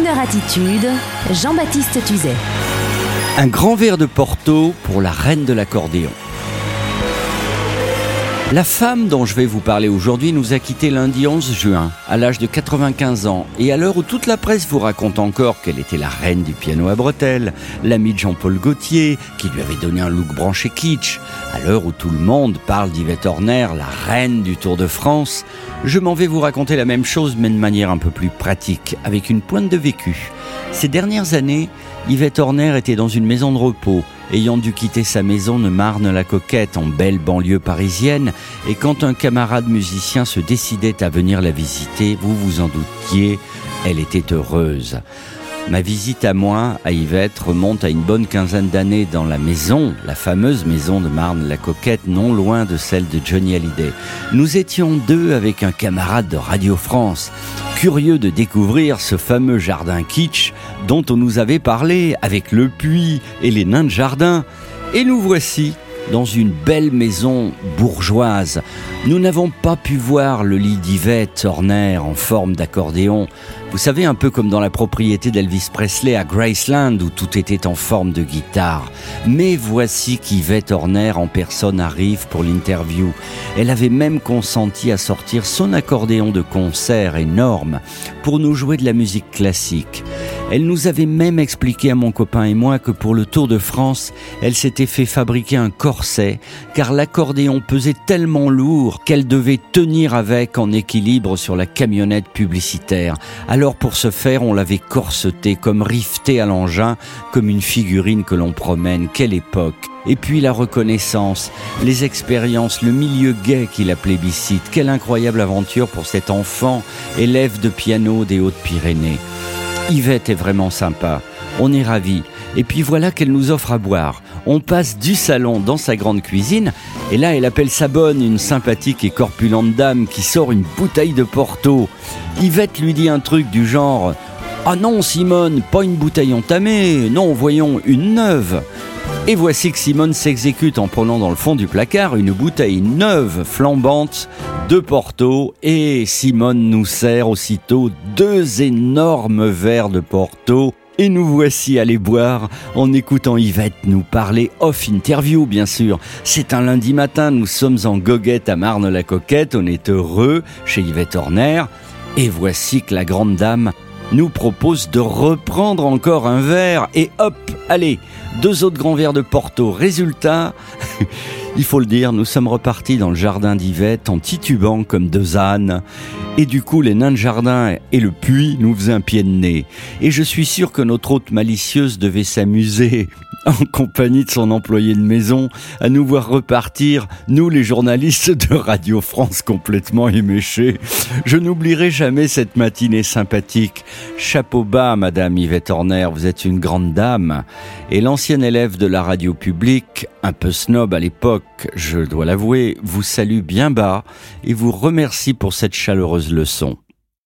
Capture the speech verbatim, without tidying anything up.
Bonheur Attitude, Jean-Baptiste Tuzet. Un grand verre de Porto pour la reine de l'accordéon. La femme dont je vais vous parler aujourd'hui nous a quittés lundi onze juin, à l'âge de quatre-vingt-quinze ans. Et à l'heure où toute la presse vous raconte encore qu'elle était la reine du piano à bretelles, l'amie de Jean-Paul Gaultier, qui lui avait donné un look branché kitsch, à l'heure où tout le monde parle d'Yvette Horner, la reine du Tour de France, je m'en vais vous raconter la même chose, mais de manière un peu plus pratique, avec une pointe de vécu. Ces dernières années, Yvette Horner était dans une maison de repos, ayant dû quitter sa maison de Marne-la-Coquette, en belle banlieue parisienne, et quand un camarade musicien se décidait à venir la visiter, vous vous en doutiez, elle était heureuse. Ma visite à moi, à Yvette, remonte à une bonne quinzaine d'années dans la maison, la fameuse maison de Marne-la-Coquette, non loin de celle de Johnny Hallyday. Nous étions deux avec un camarade de Radio France, curieux de découvrir ce fameux jardin kitsch dont on nous avait parlé avec le puits et les nains de jardin. Et nous voici dans une belle maison bourgeoise. Nous n'avons pas pu voir le lit d'Yvette Horner en forme d'accordéon. Vous savez, un peu comme dans la propriété d'Elvis Presley à Graceland où tout était en forme de guitare. Mais voici qu'Yvette Horner en personne arrive pour l'interview. Elle avait même consenti à sortir son accordéon de concert énorme pour nous jouer de la musique classique. Elle nous avait même expliqué à mon copain et moi que pour le Tour de France, elle s'était fait fabriquer un corset car l'accordéon pesait tellement lourd qu'elle devait tenir avec en équilibre sur la camionnette publicitaire. Alors pour ce faire, on l'avait corseté comme rifté à l'engin, comme une figurine que l'on promène. Quelle époque! Et puis la reconnaissance, les expériences, le milieu gai qui la plébiscite. Quelle incroyable aventure pour cet enfant, élève de piano des Hautes-Pyrénées. Yvette est vraiment sympa, on est ravis. Et puis voilà qu'elle nous offre à boire. On passe du salon dans sa grande cuisine, et là elle appelle sa bonne, une sympathique et corpulente dame qui sort une bouteille de Porto. Yvette lui dit un truc du genre « Ah non Simone, pas une bouteille entamée, non voyons, une neuve !» Et voici que Simone s'exécute en prenant dans le fond du placard une bouteille neuve, flambante, de Porto, et Simone nous sert aussitôt deux énormes verres de Porto. Et nous voici allés boire en écoutant Yvette nous parler off interview, bien sûr. C'est un lundi matin, nous sommes en goguette à Marne-la-Coquette, on est heureux chez Yvette Horner. Et voici que la grande dame nous propose de reprendre encore un verre et hop, allez, deux autres grands verres de Porto. Résultat, il faut le dire, nous sommes repartis dans le jardin d'Yvette en titubant comme deux ânes. Et du coup, les nains de jardin et le puits nous faisaient un pied de nez. Et je suis sûr que notre hôte malicieuse devait s'amuser, en compagnie de son employé de maison, à nous voir repartir, nous les journalistes de Radio France complètement éméchés. Je n'oublierai jamais cette matinée sympathique. Chapeau bas, Madame Yvette Horner, vous êtes une grande dame. Et l'ancien élève de la radio publique, un peu snob à l'époque, je dois l'avouer, vous salue bien bas et vous remercie pour cette chaleureuse leçon.